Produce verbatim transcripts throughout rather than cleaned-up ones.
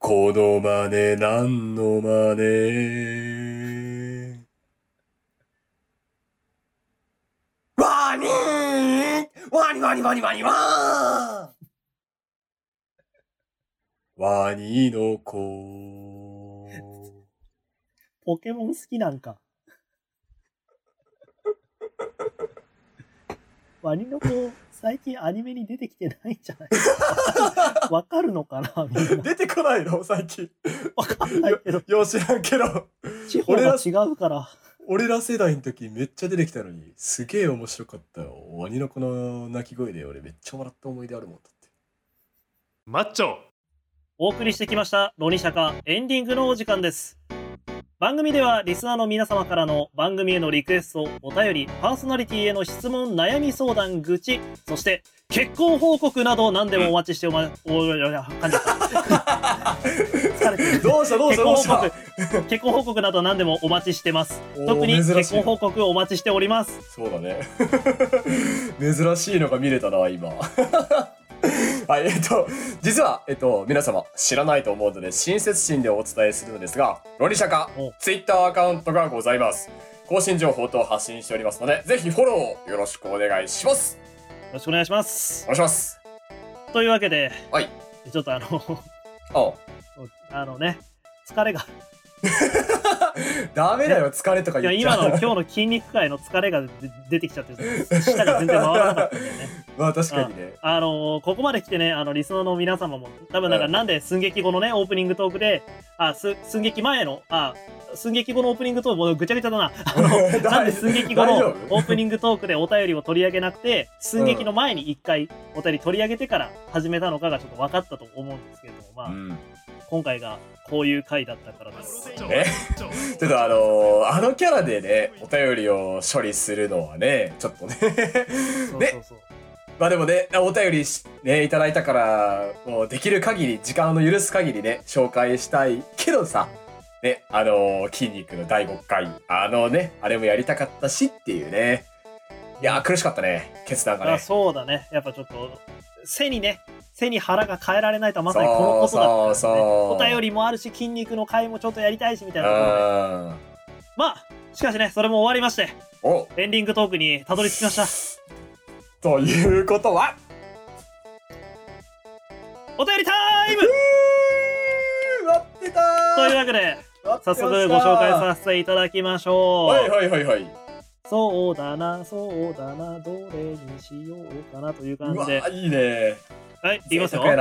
このマネ何のマネワニーワニワニワニワニワーワニの子ポケモン好きなんか。ワニの子最近アニメに出てきてないんじゃないか。わかるのかなみんな。 出てこないの最近。 わかんないけど。 よう知らんけど。 地方が違うから。 俺ら世代の時めっちゃ出てきたのにすげえ面白かったよ。ワニの子の鳴き声で俺めっちゃ笑った思い出あるもんだって。 マッチョお送りしてきましたロニシャカエンディングのお時間です。番組ではリスナーの皆様からの番組へのリクエスト、お便り、パーソナリティへの質問、悩み相談、愚痴、そして結婚報告など何でもお待ちしておま、おいや、噛んじゃった。疲れてる。 どうしたどうしたどうした結婚報告など何でもお待ちしてます。特に結婚報告をお待ちしております。 そうだね。珍しいのが見れたな、今。はい、えっと、実は、えっと、皆様知らないと思うので、親切心でお伝えするのですが、ロニシャカ、ツイッターアカウントがございます。更新情報等発信しておりますので、ぜひフォローよろしくお願いします。 よろしくお願いします。 お願いします。 というわけで、 はい。 ちょっとあの、 ああのね、疲れが。 ダメだよ、疲れとか言っちゃう。 いや、今の今日の筋肉界の疲れが出てきちゃって、舌が全然回らなかったんだよね。 まあ確かにね。 あ、あのー、ここまで来てね、あのリスナーの皆様も多分なんか、うん、なんで寸劇後のねオープニングトークで、あ、す寸劇前のあ寸劇後のオープニングトークもうぐちゃぐちゃだな。あのなんで寸劇後のオープニングトークでお便りを取り上げなくて、寸劇の前に一回お便り取り上げてから始めたのかがちょっと分かったと思うんですけれども、まあ、うん、今回がこういう回だったからです。 えちょっとあのー、あのキャラでねお便りを処理するのはねちょっとねそうそうそう。まあでもね、お便りね、いただいたから、もうできる限り、時間の許す限りね、紹介したいけどさ、ね、あのー、筋肉のだいごかい、あのね、あれもやりたかったしっていうね。いやー、苦しかったね、決断がね。 あ、そうだね。やっぱちょっと、背にね、背に腹が変えられないとはまさにこのことだったからね。そうそうお便りもあるし、筋肉の回もちょっとやりたいし、みたいなところで。まあ、しかしね、それも終わりまして、 おエンディングトークにたどり着きました。 ということはお便りタイム待ってたーというわけで早速ご紹介させていただきましょう。 はいはいはいはい。 そうだなそうだなどれにしようかなという感じで。 うわいいね。 はいいきますよ。 うん。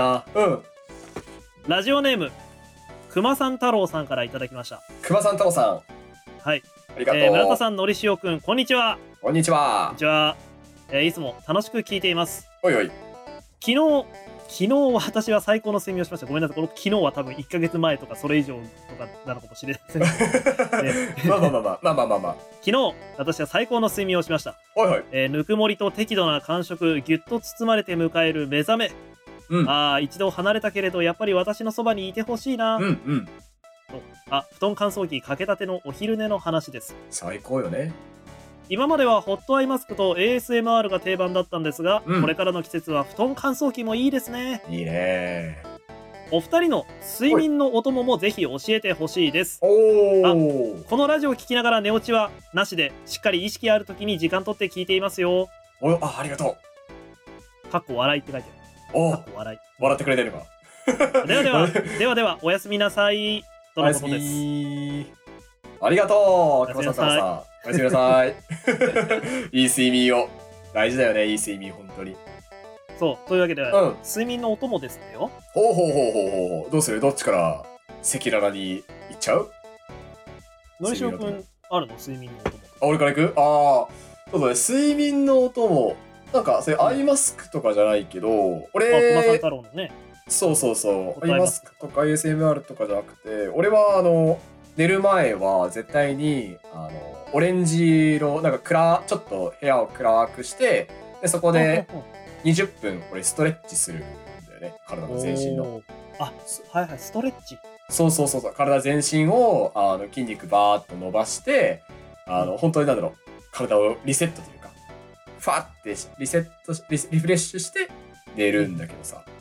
ラジオネームくまさん太郎さんからいただきました。 くまさん太郎さん、 はいありがとう。 えー、村田さんのりしおくんこんにちは。 こんにちは。 こんにちは。えー、いつも楽しく聞いています。 おいおい。 昨日、昨日私は最高の睡眠をしました。ごめんなさい。この昨日は多分いっかげつまえとかそれ以上とかなのかもしれません。 まあまあまあまあまあまあまあまあ。 昨日私は最高の睡眠をしました。 はいはい。 えー、ぬくもりと適度な感触、ぎゅっと包まれて迎える目覚め。うん、ああ、一度離れたけれどやっぱり私のそばにいてほしいな。 うんうん。 とあ、布団乾燥機かけたてのお昼寝の話です。 最高よね。 今まではホットアイマスクと エーエスエムアール が定番だったんですが、うん、これからの季節は布団乾燥機もいいですね。 いいね。 お二人の睡眠のお供もぜひ教えてほしいです。 おあ、このラジオを聞きながら寝落ちはなしで、しっかり意識ある時に時間取って聞いていますよ。 おあ、ありがとう。かっこ笑いって書いてある。 おかっこ笑い。 笑ってくれてるか。 ではではではではおやすみなさいとのことです。 ありがとう。くまさんさん。おやすみなさい。いい睡眠を。大事だよね、いい睡眠、本当に。 そう、というわけで、うん、睡眠のお供ですよ。 ほうほうほうほうほう。どうするどっちから赤裸々にいっちゃう？ のりしおくん、あるの睡眠のお供。 あ、俺からいく？ああ、そうだね、睡眠のお供。なんか、それアイマスクとかじゃないけど、俺、 あ、くまさん太郎のね。 そうそうそう。アイマスクとか エーエスエムアール とかじゃなくて、俺は、あの、寝る前は絶対にあのオレンジ色なんか暗ちょっと部屋を暗くしてでそこでにじゅっぷんこれストレッチするんだよね、体の全身の。 あ、はいはい、ストレッチ。 そうそうそうそう、体全身をあの筋肉バーッと伸ばしてあの、うん、本当になんだろう体をリセットというかファってリセットリリフレッシュして寝るんだけどさ、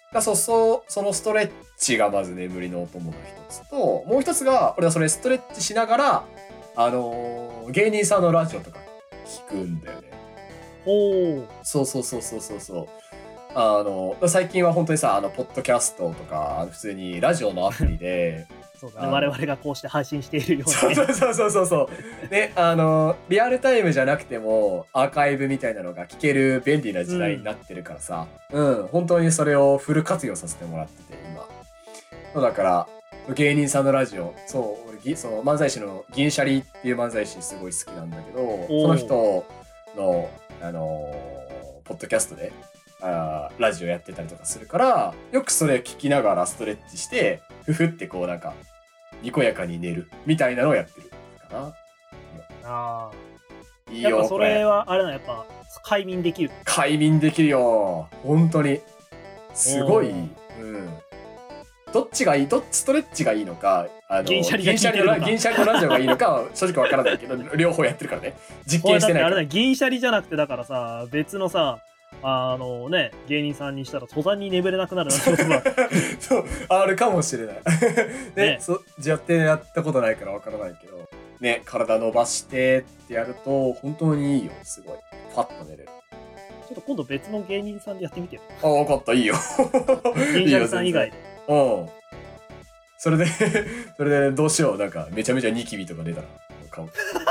だそうそうそのストレッチがまず眠りのお供の一つと、もう一つが俺はそれストレッチしながらあのー、芸人さんのラジオとか聞くんだよね。 ほう。 そうそうそうそうそうそう。あの最近は本当にさ、あのポッドキャストとか普通にラジオのアプリでそうだね、我々がこうして配信しているような、ね、 そうそうそうそうそうね、あのリアルタイムじゃなくてもアーカイブみたいなのが聞ける便利な時代になってるからさ、うん、うん、本当にそれをフル活用させてもらってて今。そうだから芸人さんのラジオ、そう俺その漫才師の銀シャリっていう漫才師すごい好きなんだけど、その人のあのー、ポッドキャストであラジオやってたりとかするから、よくそれ聞きながらストレッチしてふふってこうなんかにこやかに寝るみたいなのをやってるかな。 あいいよ。 やっぱそれはあれだ、やっぱ快眠できる。 快眠できるよ本当にすごい。うん。どっちがいい、どっちストレッチがいいのか、あの銀シャリ銀シャリの銀シャリのラジオがいいのかは正直わからないけど両方やってるからね。実験してないから。 あれだ、銀シャリじゃなくてだからさ、別のさ、あのね、芸人さんにしたら途端に眠れなくなるなんてことがそうあるかもしれない。ね、 ね、 そやってやったことないからわからないけどね、体伸ばしてってやると本当にいいよ。すごいパッと寝れる。 ちょっと今度別の芸人さんでやってみてよ。 あ、分かった、いいよ。 銀シャリさん以外で。 うん。それでそれでどうしよう、なんかめちゃめちゃニキビとか出たら顔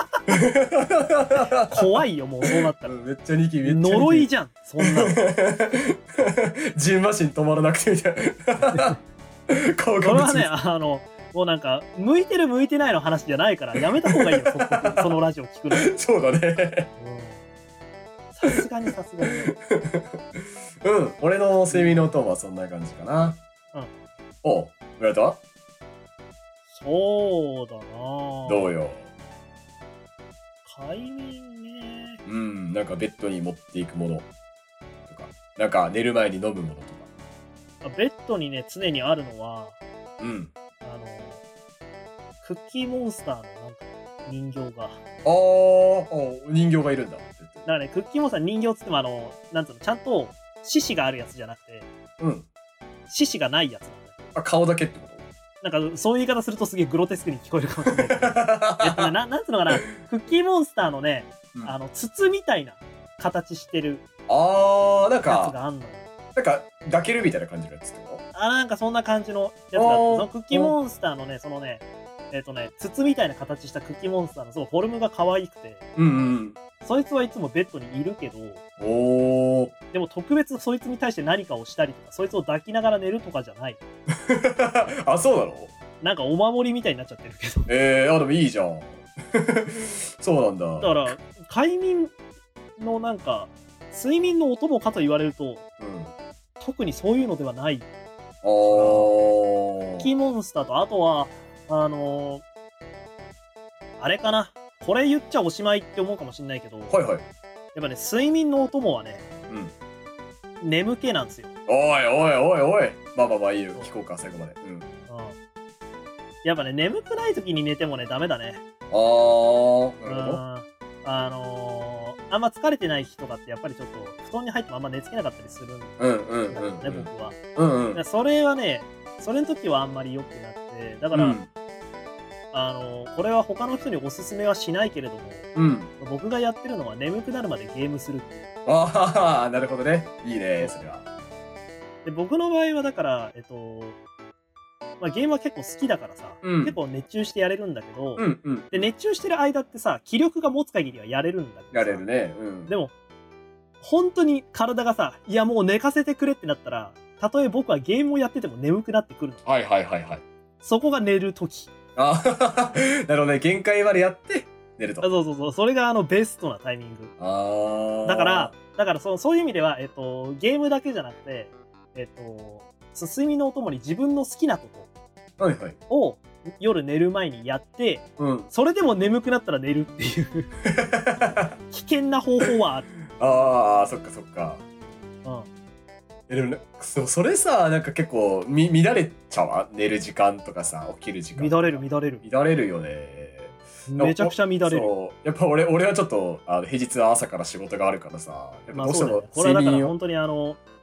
怖いよ、もうそうなったら。 めっちゃニキビ、 呪いじゃん、そんなの。 ジンマシン止まらなくてみたいな。顔がそれはね、あのもうなんか向いてる向いてないの話じゃないからやめた方がいいよ、そ, そのラジオ聞くの。 そうだね。 さすがにさすがに。 うん、俺の睡眠の音はそんな感じかな。 うん。 おう、村田は？ そうだな。 どうよ。 快眠ね。 うん、なんかベッドに持っていくものとか、なんか寝る前に飲むものとか。 ベッドにね、常にあるのは、 うん。 あの、クッキーモンスターのなんか人形が。ああ、人形がいるんだ。だからね、クッキーモンスター人形っつってもあの、なんつうの、ちゃんと獅子があるやつじゃなくて、 うん。 獅子がないやつなんだよ。 あ、顔だけってこと？ なんかそういう言い方するとすげえグロテスクに聞こえるかもしれないけど。えっとね、ななんつうのかな、クッキーモンスターのね、うん、あの、筒みたいな形してるあー、なんか、 やつがあんのよ。 なんか、抱けるみたいな感じのやつってこと？ あ、なんかそんな感じのやつがあって、そのクッキーモンスターのね、そのね、えっとね、筒みたいな形したクッキーモンスターのそうフォルムが可愛くて、 うんうん。 そいつはいつもベッドにいるけど、 おー。 でも特別そいつに対して何かをしたりとか、そいつを抱きながら寝るとかじゃない。 あ、そうなの？ なんかお守りみたいになっちゃってるけど。 えー、あ、でもいいじゃん。そうなんだ。 だから、快眠のなんか、睡眠のお供かと言われると、うん、特にそういうのではない。 あー。 クッキーモンスターと、あとは、あのー、あれかな。これ言っちゃおしまいって思うかもしんないけど、 はいはい。 やっぱね、睡眠のお供はね、うん、眠気なんですよ。 おいおいおいおい。まあまあまあいいよ。聞こうか、最後まで。うん。うん。 やっぱね、眠くない時に寝てもね、ダメだね。 あー、なるほど。 あのー、あんま疲れてない日とかってやっぱりちょっと布団に入ってもあんま寝つけなかったりするんだうんうんうん、うん、 ね、僕は。 うんうん。 それはね、それの時はあんまり良くなくて、だから、うん、あのー、これは他の人におすすめはしないけれども、うん、僕がやってるのは眠くなるまでゲームするっていう。 ああ、なるほどね。いいね、それは。 で、僕の場合はだから、えっと、まあ、ゲームは結構好きだからさ、うん、結構熱中してやれるんだけど、うんうん、で熱中してる間ってさ、気力が持つ限りはやれるんだけど、 やれるね、うん、 でも本当に体がさ、いやもう寝かせてくれってなったら、たとえ僕はゲームをやってても眠くなってくるの。 はいはいはいはい。 そこが寝る時。 あなるほどね、限界までやって寝ると。 そうそうそう、それがあのベストなタイミング。 あだからだからそそういう意味では、えっと、ゲームだけじゃなくて、えっと、睡眠のお供に自分の好きなことはいはい、 を夜寝る前にやって、うん、それでも眠くなったら寝るっていう危険な方法はある。 ああ、そっかそっか。うん。えでもね、そそれさ、なんか結構み乱れちゃうわ。寝る時間とかさ、起きる時間。 乱れる乱れる。 乱れるよね。 めちゃくちゃ乱れる。 そう。やっぱ俺俺はちょっとあの平日は朝から仕事があるからさ、やっぱどうしても睡眠を、まあそうだね、これはだから本当にあの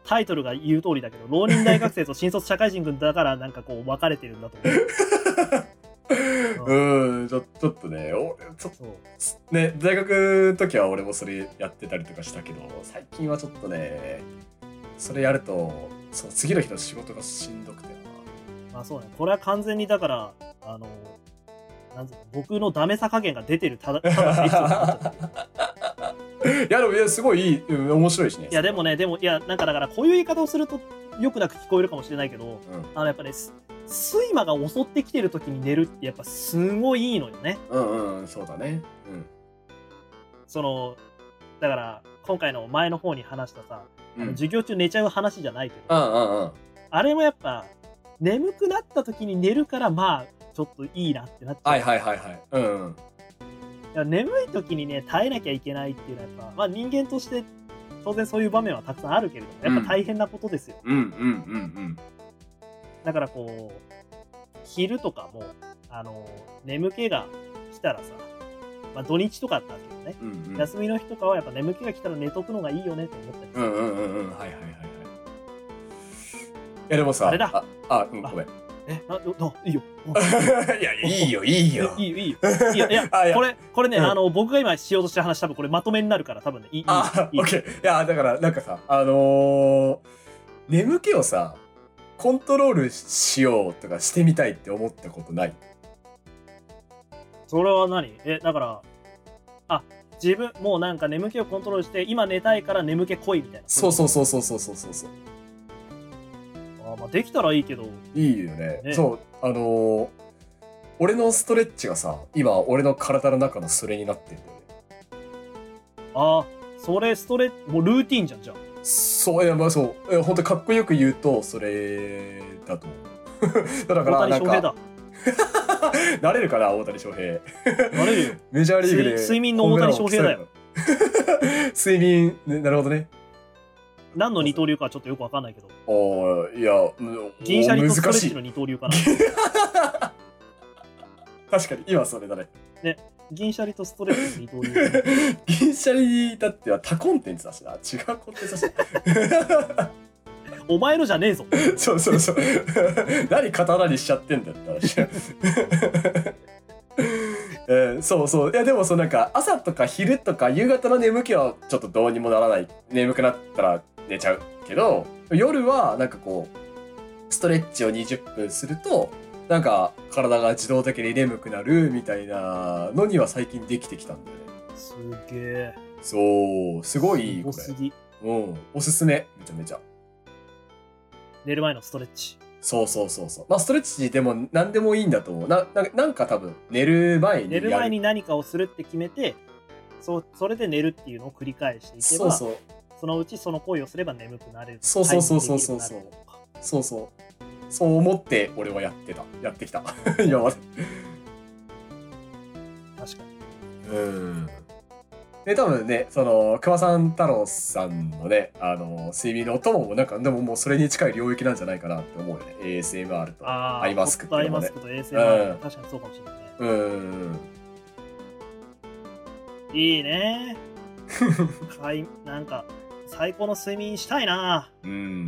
タイトルが言う通りだけど、浪人大学生と新卒社会人君だからなんかこう分かれてるんだと思う。うん、ちょちょっとね、おちょっとね、大学の時は俺もそれやってたりとかしたけど、最近はちょっとね、それやると、その次の日の仕事がしんどくてな。 まあそうね、これは完全にだから、あの、なんていうの、僕のダメさ加減が出てるただ、ただのエピソードになっちゃってる。 いやでもいやすごいいい、うん、面白いしね。 いやでもね、でもいやなんかだからこういう言い方をするとよくなく聞こえるかもしれないけど、うん、あのやっぱね睡魔が襲ってきてる時に寝るってやっぱすごいいいのよね。 うんうんそうだね。うん。 そのだから今回の前の方に話したさ、うん、あの授業中寝ちゃう話じゃないけど、 うんうんうん、 あれもやっぱ眠くなった時に寝るからまあちょっといいなってなっちゃう。 はいはいはいはい。うん、うん。 いや眠い時にね耐えなきゃいけないっていうのはやっぱ、まあ、人間として当然そういう場面はたくさんあるけれどもやっぱ大変なことですよ。 うんうんうんうん。 だからこう昼とかもあの眠気が来たらさ、まあ、土日とかあったけどね、うんうん、休みの日とかはやっぱ眠気が来たら寝とくのがいいよねって思ったりする。 うんうんうんうんはいはいはいはい。いやでもさあれだああうんごめん。 え、な、ど、いいよ。 いや、いいよ、いいよ。 いいよ、いいよ。いや、いや、これ、これね、うん、あの、僕が今しようとした話、多分これまとめになるから、多分ね、いい。 あ、オッケー。いや、だから、なんかさ、あのー、眠気をさ、コントロールしようとかしてみたいって思ったことない？ それは何？え、だから、あ、自分、もうなんか眠気をコントロールして、今寝たいから眠気来いみたいな。 そうそうそうそうそうそうそう。 あ、まあ、できたらいいけど。 いいよね。ね、そう、あのー、俺のストレッチがさ、今、俺の体の中のそれになってんだよね。ああ、それ、ストレッチ、もうルーティンじゃん、じゃあ。 そう、いや、まあそう、本当かっこよく言うと、それだと思う。だから、なんか。大谷翔平だ。なれるかな、大谷翔平。 なれるよ。 メジャーリーグで。 睡眠の大谷翔平だよ。 睡眠、ね、なるほどね。 何の二刀流かちょっとよくわかんないけど。 おいや、 銀シャリとストレッチの二刀流かな。 確かに、今それだね。 ね、銀シャリとストレッチの二刀流。 銀シャリだっては他コンテンツだしな。違うコンテンツだし。 お前のじゃねえぞ。 そうそうそう。何刀にしちゃってんだよって話。えー、そうそう。いやでもそうなんか朝とか昼とか夕方の眠気はちょっとどうにもならない。眠くなったら寝ちゃうけど、夜はなんかこうストレッチをにじゅっぷんするとなんか体が自動的に眠くなるみたいなのには最近できてきたんだよね。 すげえ。 そうすごいこれ。 すごすぎ。 うん、おすすめめちゃめちゃ。 寝る前のストレッチ。 そうそうそうそう。まあストレッチでも何でもいいんだと思う。な、な、なんか多分寝る前に寝る前に何かをするって決めて、そう、それで寝るっていうのを繰り返していけば、そうそう。そのうちその行為をすれば眠くなれる。 そうそうそうそうそうそう。そうそう。そう思って俺はやってた。やってきた。今まで。 確かに。うん。で、多分ね、その、熊さん太郎さんのね、あの、睡眠のお供もなんか、でももうそれに近い領域なんじゃないかなって思うよね。エーエスエムアール とアイマスクっていうのもね。 アイマスクと エーエスエムアール、うん、確かにそうかもしれないね。 うん。 いいね。はい、なんか、最高の睡眠したいな。 うん、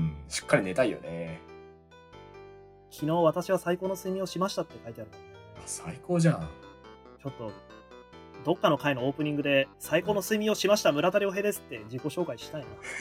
しっかり寝たいよね。 昨日私は最高の睡眠をしましたって書いてあるもんね。 最高じゃん。 ちょっと、どっかの回のオープニングで最高の睡眠をしました村田亮平ですって自己紹介したい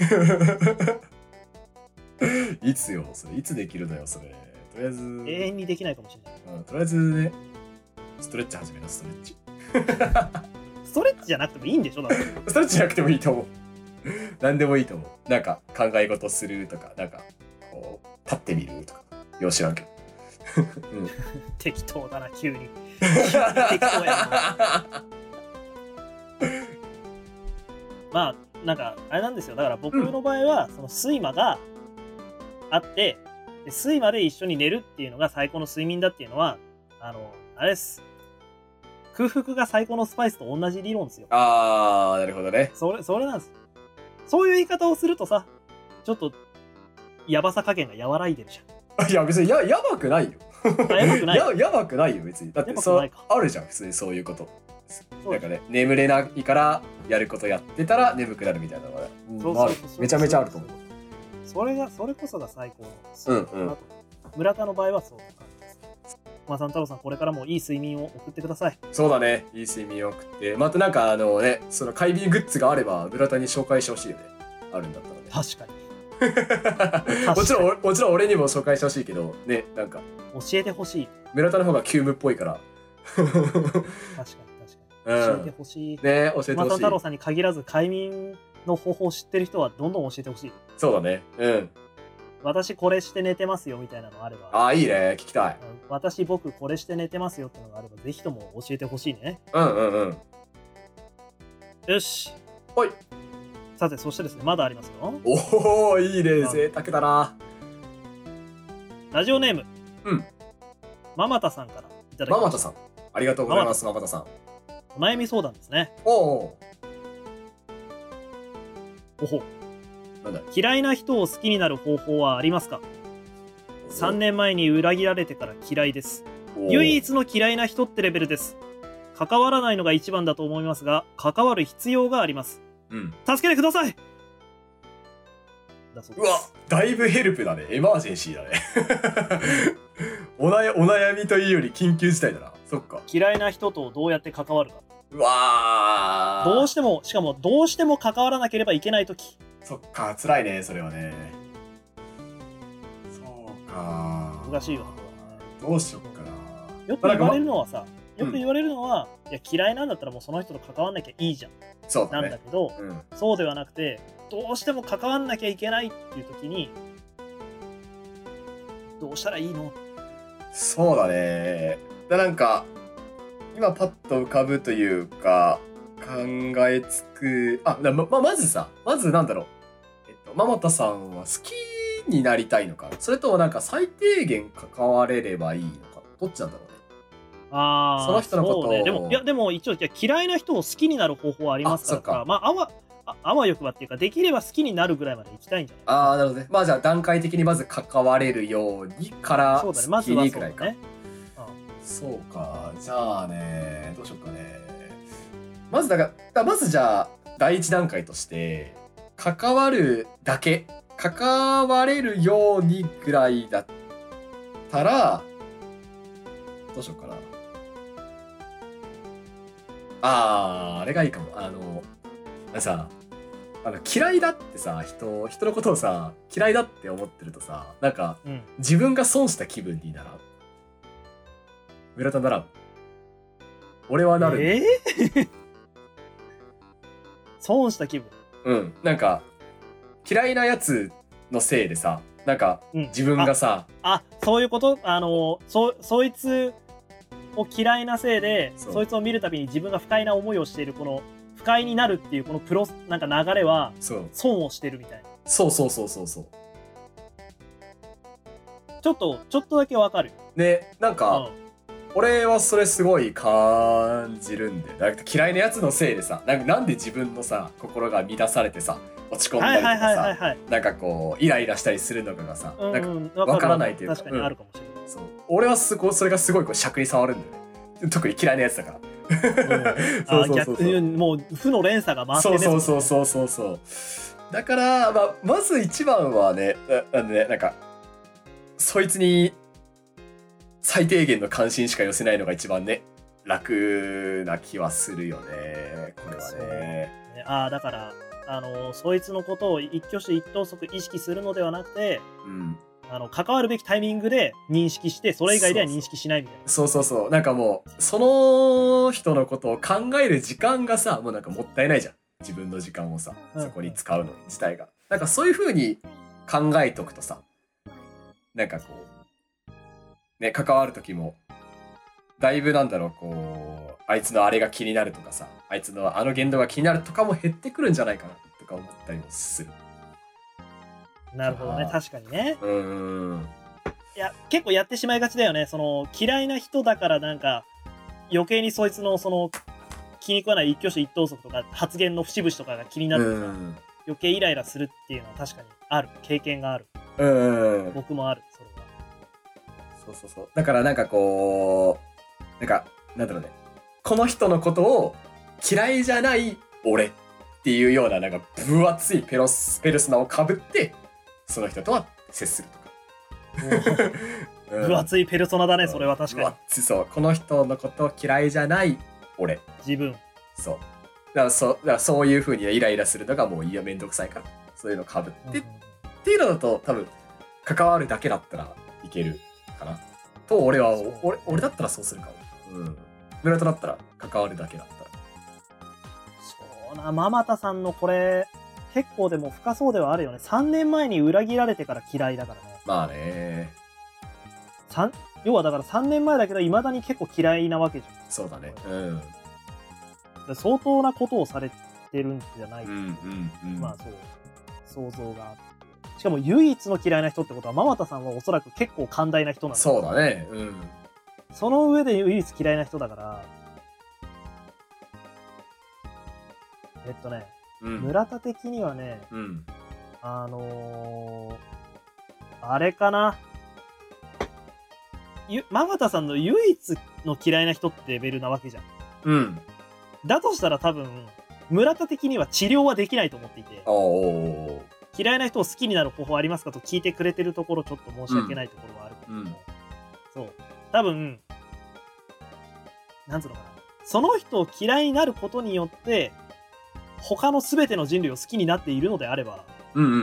な。いつよそれいつできるのよそれ。とりあえず永遠にできないかもしれない、 うん、とりあえずねストレッチ始めな。ストレッチストレッチじゃなくてもいいんでしょ。だってストレッチじゃなくてもいいと思う。何でもいいと思う。なんか考え事するとかなんかこう立ってみるとかよう知らんけど、うん、 適当だな急に適当やな。まあなんかあれなんですよ。だから僕の場合は、うん、その睡魔があってで睡魔で一緒に寝るっていうのが最高の睡眠だっていうのはあのあれです。空腹が最高のスパイスと同じ理論ですよ。 あーなるほどね。 それそれなんです。そういう言い方をするとさちょっとやばさ加減が和らいでるじゃん。いや別に や, やばくないよ。 やばくない。 や, やばくないよ別に。だってそうあるじゃん普通にそういうこと。なんかね眠れないからやることやってたら眠くなるみたいなのが、ね、めちゃめちゃあると思う。 それがそれこそが最高のうんうんあと村田の場合はそういう感じです。まあ、三太郎さんこれからもいい睡眠を送ってください。 そうだね、いい睡眠を送って、またなんかあのね、その快眠グッズがあれば村田に紹介してほしいよね。あるんだったらね。 確かにもちろんもちろん俺にも紹介してほしいけどね、なんか教えてほしい。 村田の方が急務っぽいから確かに確かに、 うん教えてほしい。 ね、教えてほしい。 まあ、三太郎さんに限らず快眠の方法を知ってる人はどんどん教えてほしい。 そうだね。うん。 私これして寝てますよみたいなのあれば。 ああ、いいね、聞きたい。 私僕これして寝てますよってのがあればぜひとも教えてほしいね。 うんうんうん。 よし。 はい。 さてそしてですね、まだありますよ。 おお、いいね、贅沢だな。 ラジオネーム。 うん。 ママタさんからいただきました。 ママタさん、ありがとうございます。ママタさん。 お悩み相談ですね。 おお。 おほ。 なんだ。 嫌いな人を好きになる方法はありますか？さんねんまえに裏切られてから嫌いです。唯一の嫌いな人ってレベルです。関わらないのが一番だと思いますが、関わる必要があります。 うん。 助けてください。だそうです。 うわ、だいぶヘルプだね。エマージェンシーだね。おなやお悩みというより緊急事態だな。そっか。 嫌いな人とどうやって関わるか。 うわー。 どうしても、しかもどうしても関わらなければいけないとき。 そっか、辛いね、それはね。そうか。 難しいよね。 どうしよっかな。 よく言われるのはさ、よく言われるのは、うん、いや嫌いなんだったらもうその人と関わんなきゃいいじゃん。 そうだね。 なんだけど、うん、そうではなくて、どうしても関わんなきゃいけないっていう時に、どうしたらいいの？ そうだね。だなんか今パッと浮かぶというか考えつく、あ、ま、ままずさ、まずなんだろう、えっとママタさんは好きになりたいのか、それともなんか最低限関われればいいのか、どっちなんだろうね。 ああ、 その人のことを、 ね、でもいやでも一応いや嫌いな人を好きになる方法はありますから、あ、まああわああわよくばっていうかできれば好きになるぐらいまで行きたいんじゃない？ ああ、なるほどね。まあじゃあ段階的にまず関われるようにから好きにぐらいか。そうか、じゃあね、どうしようかね。まずだから、まずじゃあ第一段階として関わるだけ、関われるようにぐらいだったらどうしようかな。あー、あれがいいかも。あのあのさ、あの嫌いだってさ、人人のことをさ嫌いだって思ってるとさ、なんか、うん、自分が損した気分にならん。村田ならん。俺はなる。 えー、損した気分。 うん、なんか嫌いなやつのせいでさ、なんか、うん、自分がさ、 あ、あ、そういうこと。あのそそいつを嫌いなせいで そ, そいつを見るたびに自分が不快な思いをしている、この不快になるっていうこのプロなんか流れは損をしてるみたいな。 そうそうそうそうそう。 ちょっとちょっとだけわかるね。なんか、うん、俺はそれすごい感じるんで、だ嫌いなやつのせいでさ、なんかなんで自分のさ心が乱されてさ落ち込んだりとかさ、なんかこうイライラしたりするのかがさ、うんうん、なんか分からないというか、 確かにあるかもしれない。 うん、そう、俺はすごそれがすごいこう尺に触るんだよね。特に嫌いなやつだから。 そうそうそうそう、もう負の連鎖が回ってる、ね、 そうそうそうそうそうだから、まあ、まず一番はね、な, なん, ねなんかそいつに最低限の関心しか寄せないのが一番ね楽な気はするよね、これはね。 ああ、だからあのそいつのことを一挙手一投足意識するのではなくて、うん、あの関わるべきタイミングで認識して、それ以外では認識しないみたいな。 そうそうそう、なんかもうその人のことを考える時間がさ、もうなんかもったいないじゃん、自分の時間をさ、そこに使うの自体が、うん、なんかそういう風に考えとくとさ、なんかこうね、関わる時もだいぶなんだろう、こうあいつのあれが気になるとかさ、あいつのあの言動が気になるとかも減ってくるんじゃないかなとか思ったりもする。 なるほどね、確かにね。 うーん、 いや結構やってしまいがちだよね。その嫌いな人だからなんか余計にそいつのその気に食わない一挙手一投足とか発言の節々とかが気になってさ、余計イライラするっていうのは確かにある、経験がある。 うん、 僕もある、それは。 そうそうそう、だからなんかこうなんかなんだろうね、この人のことを嫌いじゃない俺っていうようななんか分厚いペロスペルソナをかぶってその人とは接するとか。 うん、分厚いペルソナだね、それは確かに。分厚そう。この人のこと嫌いじゃない俺。 自分。 そう。だからそ、だからそういう風にイライラするのがもういやめんどくさいから、そういうの被って、うんうんうん、っていうのだと多分関わるだけだったらいけるかな。と俺は俺俺だったらそうするかも。うん。村田だったら関わるだけだったら。 そうな、ママタさんのこれ結構でも深そうではあるよね。さんねんまえに裏切られてから嫌いだからね。 まあね。 要はだからさんねんまえだけど未だに結構嫌いなわけじゃん。 そうだね。うん。 相当なことをされてるんじゃないか、うんうんうん、 まあそう想像があって、しかも唯一の嫌いな人ってことはママタさんはおそらく結構寛大な人なんだ。 そうだね。うん。 その上で唯一嫌いな人だから、えっとね、うん、村田的にはね、 うん、 あのー、あれかな。ママタさんの唯一の嫌いな人ってレベルなわけじゃん。 うん。 だとしたら多分、村田的には治療はできないと思っていて、 お嫌いな人を好きになる方法ありますかと聞いてくれてるところ、ちょっと申し訳ないところはあるけども、うん、そう。多分、なんつうのかな。その人を嫌いになることによって、他の全ての人類を好きになっているのであれば、 うんうん。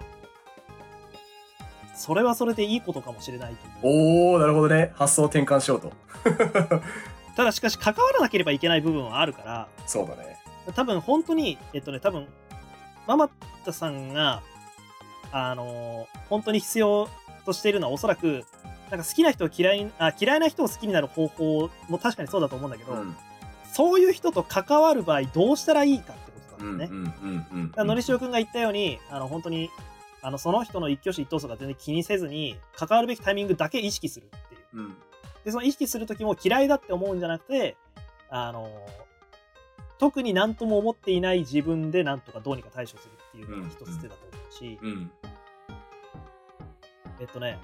それはそれでいいことかもしれないという。おー、なるほどね。発想転換しようと。 ただしかし関わらなければいけない部分はあるから。 そうだね。 多分本当に、えっとね、多分、ママタさんが、あのー、本当に必要としているのはおそらく、なんか好きな人を嫌い、あ、嫌いな人を好きになる方法も確かにそうだと思うんだけど、うん、そういう人と関わる場合どうしたらいいかってことなんだよね。のりしおくんが言ったように、あの、本当に、あのその人の一挙手一投足が全然気にせずに関わるべきタイミングだけ意識するっていう、うん、でその意識する時も嫌いだって思うんじゃなくて、あの特に何とも思っていない自分でなんとかどうにか対処するっていうのが一つ手だと思うし、うんうん、えっとね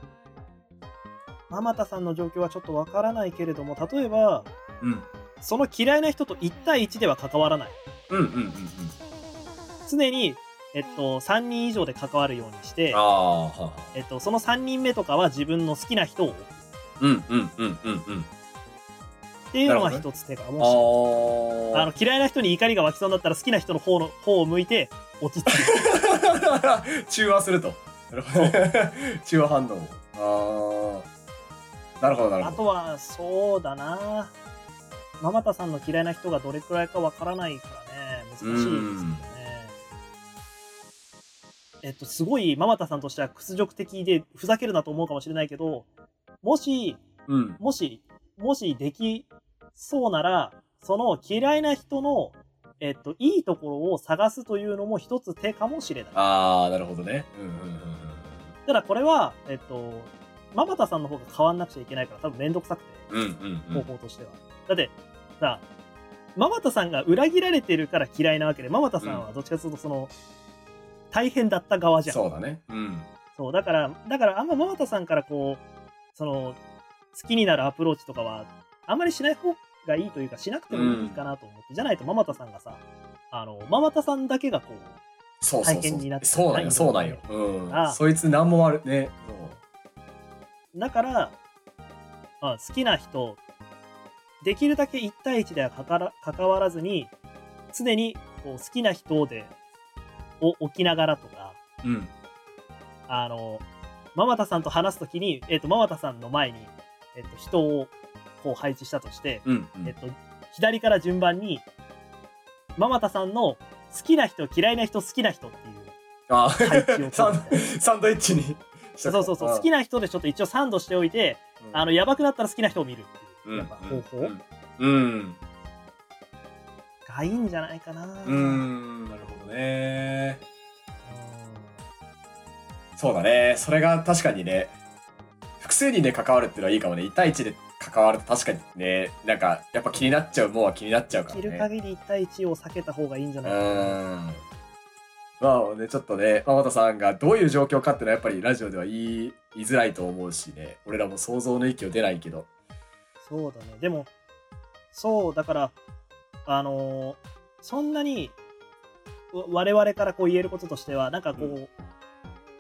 ママタさんの状況はちょっとわからないけれども、例えば、うん、その嫌いな人といち対いちでは関わらない、 うんうんうんうん、 常にえっと、さんにん以上で関わるようにして、 あえっと、そのさんにんめとかは自分の好きな人を置く。 うんうんうんうんうん。 っていうのが一つ手が、もし、あの嫌いな人に怒りが湧きそうになったら好きな人の方の方を向いて落ち着く。 中和すると。中和反応。ああ。なるほどなるほど。 あとはそうだな。ママタさんの嫌いな人がどれくらいかわからないからね、難しいですよね。えっと、すごいママタさんとしては屈辱的でふざけるなと思うかもしれないけど、もし、うん、もし、もしできそうなら、その嫌いな人の、えっと、いいところを探すというのも一つ手かもしれない。 ああ、なるほどね。うんうんうん。 ただこれは、えっと、ママタさんの方が変わんなくちゃいけないから多分めんどくさくて、 うんうんうん、 方法としては。だって、さ、ママタさんが裏切られてるから嫌いなわけで、ママタさんはどっちかというとその、大変だった側じゃん。 そうだね。うん。 そう、だから、だからあんまママタさんからこう、その、好きになるアプローチとかは、あんまりしない方がいいというか、しなくてもいいかなと思って、うん、じゃないとママタさんがさ、あの、ママタさんだけがこう、 そうそうそう、 大変になってそうなんよ、そうなんよ。うん。あそいつなんも悪ね。 だから、まあ、好きな人、できるだけいち対いちでは関わらずに、常にこう好きな人で、を置きながらとか、 うん、 あの、ママタさんと話すときに、えっと、ママタさんの前に、えっと、人をこう配置したとして、 うんうん、 えっと、左から順番に、ママタさんの好きな人、嫌いな人、好きな人っていう配置をサンサンドイッチに。 そうそうそう、好きな人でちょっと一応サンドしておいて、うん、あの、やばくなったら好きな人を見るっていう、やっぱ方法、 うんうん、 がいいんじゃないかな。 うーん、なるほどね。そうだね。それが確かにね、複数人で関わるっていうのはいいかもね。いち対いちで関わると確かにね、なんかやっぱ気になっちゃうもんは気になっちゃうからね。 できる限りいち対いちを避けた方がいいんじゃないかな。うーん。 まあね、ちょっとね、ママタさんがどういう状況かっていうのはやっぱりラジオでは言い、言いづらいと思うしね。俺らも想像の域を出ないけど。 そうだね。でも、そう、だから、あのー、そんなに、我々からこう言えることとしては、なんかこう、うん、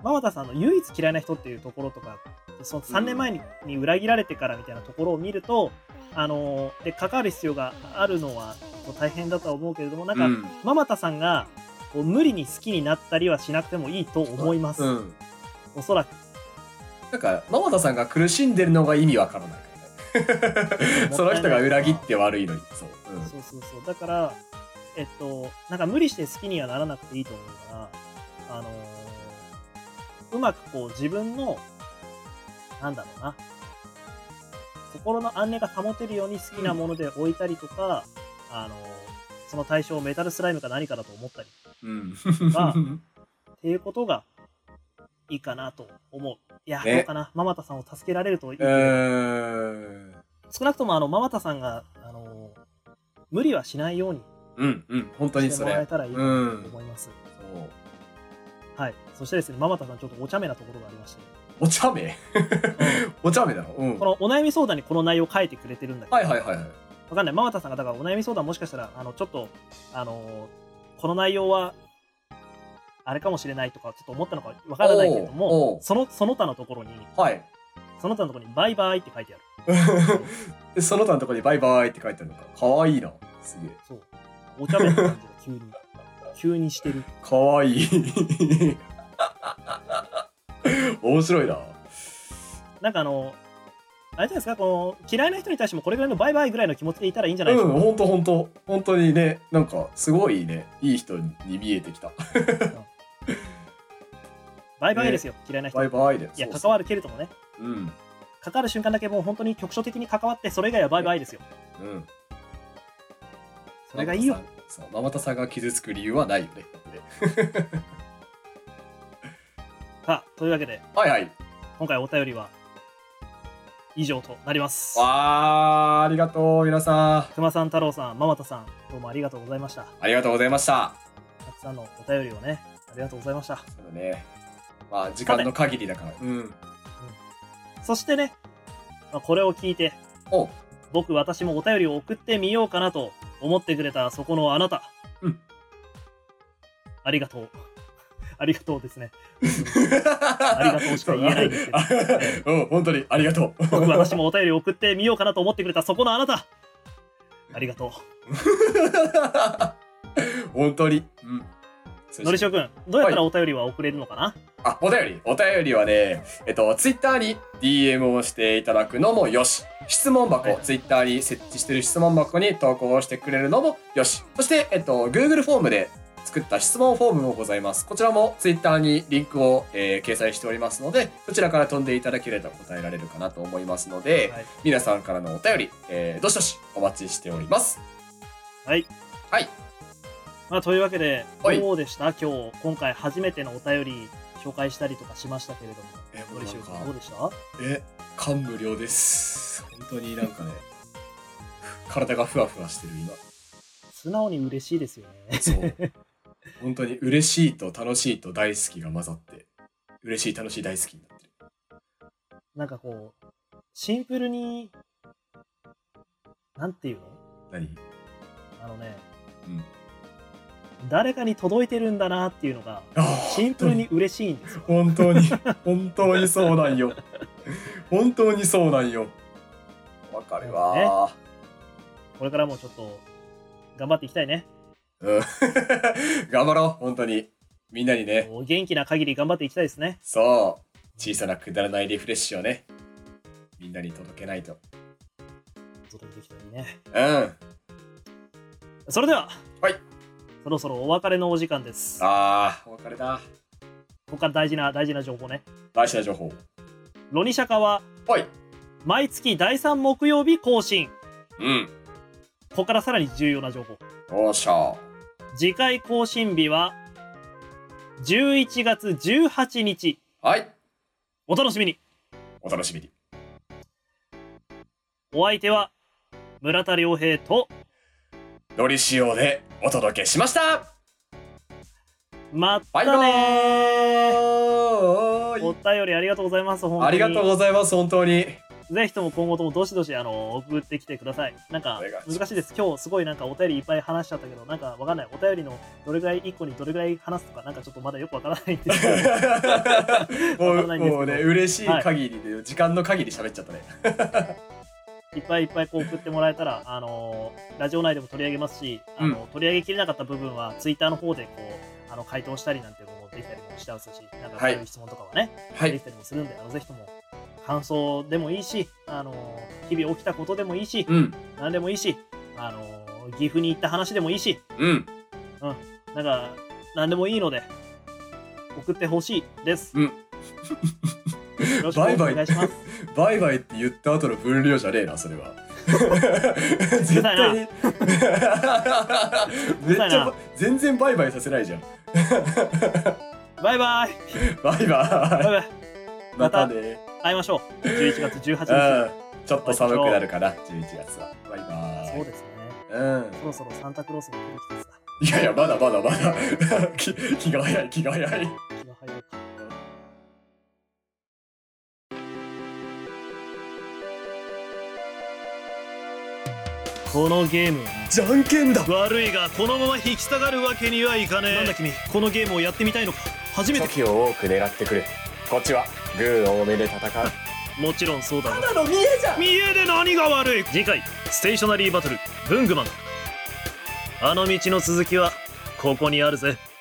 ママタさんの唯一嫌いな人っていうところとか、そのさんねんまえに,、に裏切られてからみたいなところを見ると、あのー、で関わる必要があるのは大変だとは思うけれども、なんか、うん、ママタさんがこう無理に好きになったりはしなくてもいいと思います、うん、おそらく。 なんかママタさんが苦しんでるのが意味わからないその人が裏切って悪いのに。そう、 うん、そうそうそう。だからえっとなんか無理して好きにはならなくていいと思うから、あのー、うまくこう自分のなんだろうな、心の安寧が保てるように好きなもので置いたりとか、うん、あのー、その対象をメタルスライムか何かだと思ったりとか、うん、っていうことがいいかなと思う。いや、ね、どうかな、ママタさんを助けられるといいけど、えー、少なくともあのママタさんが、あのー、無理はしないようにうんうん本当にそれしてもらえたらいいと思います、うん、そうはい。そしてですね、ママタさんちょっとお茶目なところがありまして、 お茶目、うん、お茶目だろ、うん、 このお悩み相談にこの内容を書いてくれてるんだけど、 はいはいはいはい、 わかんない、ママタさんがだからお悩み相談もしかしたらあのちょっとあのー、この内容はあれかもしれないとかちょっと思ったのかわからないけれども、そのその他のところに、 はい、 その他のところにバイバイって書いてあるでその他のところにバイバイって書いてあるのか、かわいいな、すげえ。 そう、お茶目な感じが急に急にしてる、 かわいい面白いな。 なんかあのあれじゃないですか、この嫌いな人に対してもこれぐらいのバイバイぐらいの気持ちでいたらいいんじゃないですか。うん、 ほんとほんと本当にね、なんかすごいね、いい人に見えてきたバイバイですよ、ね、嫌いな人。 バイバイで。 いや、関わるけれどもね。 うん。 関わる瞬間だけもう本当に局所的に関わって、それ以外はバイバイですよ。 うん。 それがいいよ。 そう、ママタさんが傷つく理由はないよね。 さあ、というわけで、 はいはい。 今回お便りは以上となります。 わー、ありがとう、皆さん。 熊さん、太郎さん、ママタさん、どうもありがとうございました。 ありがとうございました。 たくさんのお便りをね、ありがとうございました。そうだね。まあ、時間の限りだから。うん。うん、 そしてね、まあ、これを聞いて、 お僕、私もお便りを送ってみようかなと思ってくれたそこのあなた。 うん。 ありがとう。ありがとうですね。ありがとうしか言えないんですけど。 うん、本当にありがとう。 僕、私もお便りを送ってみようかなと思ってくれたそこのあなた。ありがとう。 本当に。うん。 のりしおくん、どうやったらお便りは送れるのかな、はい、 あ、お便りお便りはね、えっと、ツイッターに ディーエム をしていただくのもよし、質問箱、はい、ツイッターに設置している質問箱に投稿してくれるのもよし、そして、えっと、Google フォームで作った質問フォームもございます。こちらもツイッターにリンクを、えー、掲載しておりますので、そちらから飛んでいただければ答えられるかなと思いますので、はい、皆さんからのお便り、えー、どしどしお待ちしております。 はい。 はい。 まあ、というわけで、どうでした今日、今回初めてのお便り紹介したりとかしましたけれども。 え、もうなんか、 どうでした？ え、感無量です。本当になんかね、体がふわふわしてる今。 素直に嬉しいですよね。 そう。本当に嬉しいと楽しいと大好きが混ざって、嬉しい楽しい大好きになってる。 なんかこう、シンプルに、なんていうの？ 何？ あのね、 うん。 誰かに届いてるんだなっていうのがシンプルに嬉しいんですよ。 本当に本当にそうなんよ。本当にそうなんよ。わかるわ、ね。 これからもちょっと頑張っていきたいね。 うん。頑張ろう本当にみんなにね。 元気な限り頑張っていきたいですね。 そう。小さなくだらないリフレッシュをね、みんなに届けないと。 届けてきたらいいね。 うん。 それでは。 はい。 そろそろお別れのお時間です。 ああ、お別れだ。 ここから大事な大事な情報ね。 大事な情報。 ロニシャカは、 はい。 毎月だいさん木曜日更新。 うん。 ここからさらに重要な情報。 おっしゃ。 次回更新日は、じゅういちがつじゅうはちにち。 はい。 お楽しみに。 お楽しみに。 お相手は、村田亮平と、 のりしおでお届けしました。 またねー。 バイバーイ。 お便りありがとうございます。本当にありがとうございます。本当にぜひとも今後ともどしどしあの送ってきてください。なんか難しいです。今日すごいなんかお便りいっぱい話しちゃったけど、なんかわかんない。お便りのどれぐらいいっこにどれぐらい話すとか、なんかちょっとまだよくわからないんですけど。 もうもうね、嬉しい限りで、はい、時間の限り喋っちゃったね。 いっぱいいっぱいこう送ってもらえたら、あのー、ラジオ内でも取り上げますし、あの、うん、取り上げきれなかった部分はツイッターの方でこうあの回答したりなんていうのもできたりもしてますし、なんかそういう質問とかはね、はい、できたりもするんで、あのぜひとも感想でもいいし、あのー、日々起きたことでもいいし、うん、何でもいいし、あのー、岐阜に行った話でもいいし、 うん、うん、 なんか何でもいいので送ってほしいです。 うん、 よろしくお願いします。 バイバイって言った後の分量じゃねえな、それは。絶対にめっちゃ全然バイバイさせないじゃん。 バイバイバイバイバイバイまたね、 会いましょう。じゅういちがつじゅうはちにち、うん、 ちょっと寒くなるかな、じゅういちがつは。バイバイ。 そうですね、うん、そろそろサンタクロースも来る季節だ。 いやいや、まだまだまだ気, 気が早い気が早い気が早いか。 このゲームじゃんけんだ。 悪いがこのまま引き下がるわけにはいかねえ。なんだ君、このゲームをやってみたいのか。初めて。 時を多く狙ってくる。こっちはグー多めで戦う。 もちろんそうだ。 ただの見えじゃん。 見えで何が悪い。次回ステーショナリーバトルブングマン。あの道の続きはここにあるぜ。